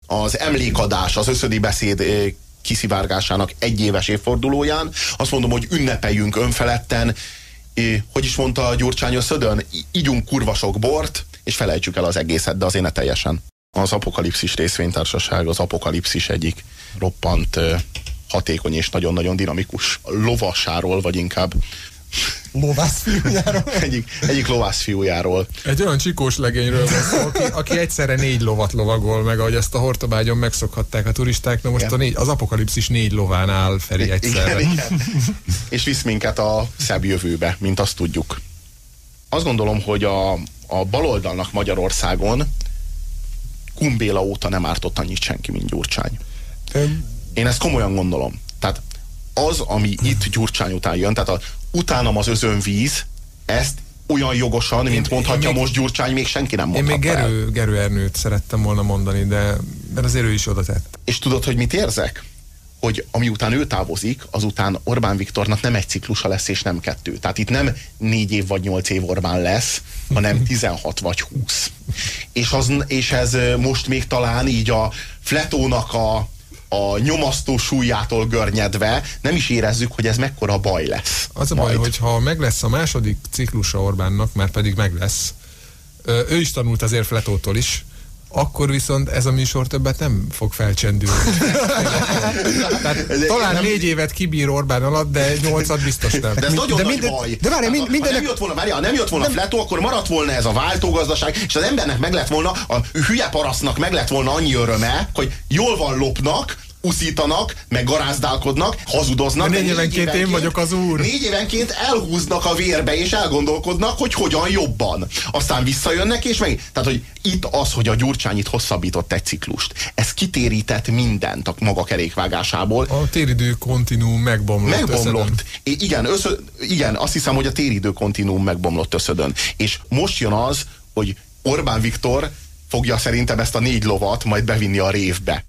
az emlékadás, az összödi beszéd kiszivárgásának 1 éves évfordulóján. Azt mondom, hogy ünnepeljünk önfeledten. Hogy is mondta Gyurcsány összödön? Igyunk kurva sok bort, és felejtsük el az egészet, de azért ne teljesen. Az Apokalipszis részvénytársaság az Apokalipszis egyik roppant hatékony és nagyon-nagyon dinamikus lovasáról, vagy inkább lovászfiújáról? egyik lovászfiújáról. Egy olyan csikós legényről van szó, aki egyszerre 4 lovat lovagol meg, ahogy ezt a Hortobágyon megszokhatták a turisták. Na most az Apokalipszis 4 lován áll Feri egyszerre. Igen. És visz minket a szebb jövőbe, mint azt tudjuk. Azt gondolom, hogy a baloldalnak Magyarországon Kun Béla óta nem ártott annyit senki, mint Gyurcsány. Én ezt komolyan gondolom. Tehát az, ami itt Gyurcsány után jön, tehát utánam az özönvíz, ezt olyan jogosan, mint mondhatja most Gyurcsány, még senki nem mondhatta el. Én még Gerő Ernőt szerettem volna mondani, de azért ő is oda tett. És tudod, hogy mit érzek? Hogy amiután ő távozik, azután Orbán Viktornak nem 1 ciklusa lesz, és nem 2. Tehát itt nem 4 év vagy 8 év Orbán lesz, hanem 16 vagy 20. És ez most még talán így a Fletónak a nyomasztó súlyától görnyedve nem is érezzük, hogy ez mekkora baj lesz. Az a baj, hogyha meg lesz a második ciklusa Orbánnak, már pedig meg lesz, ő is tanult azért Fletótól is, akkor viszont ez a műsor többet nem fog felcsendülni. Tehát talán 4 évet kibír Orbán alatt, de 8-at biztos nem. De ez nagyon nagy baj. De várj, ha nem jött volna Fletó, akkor maradt volna ez a váltógazdaság, és az embernek meg lett volna, a hülye parasztnak meg lett volna annyi öröme, hogy jól van lopnak, uszítanak, meg garázdálkodnak, hazudoznak. De 4 évenként én vagyok az úr. 4 évenként elhúznak a vérbe, és elgondolkodnak, hogy hogyan jobban. Aztán visszajönnek, és meg... Tehát, hogy itt az, hogy a Gyurcsány itt hosszabbított 1 ciklust, ez kitérített mindent a maga kerékvágásából. A téridő kontinuum megbomlott. Igen, azt hiszem, hogy a téridő kontinuum megbomlott összödön. És most jön az, hogy Orbán Viktor fogja szerintem ezt a 4 lovat majd bevinni a révbe.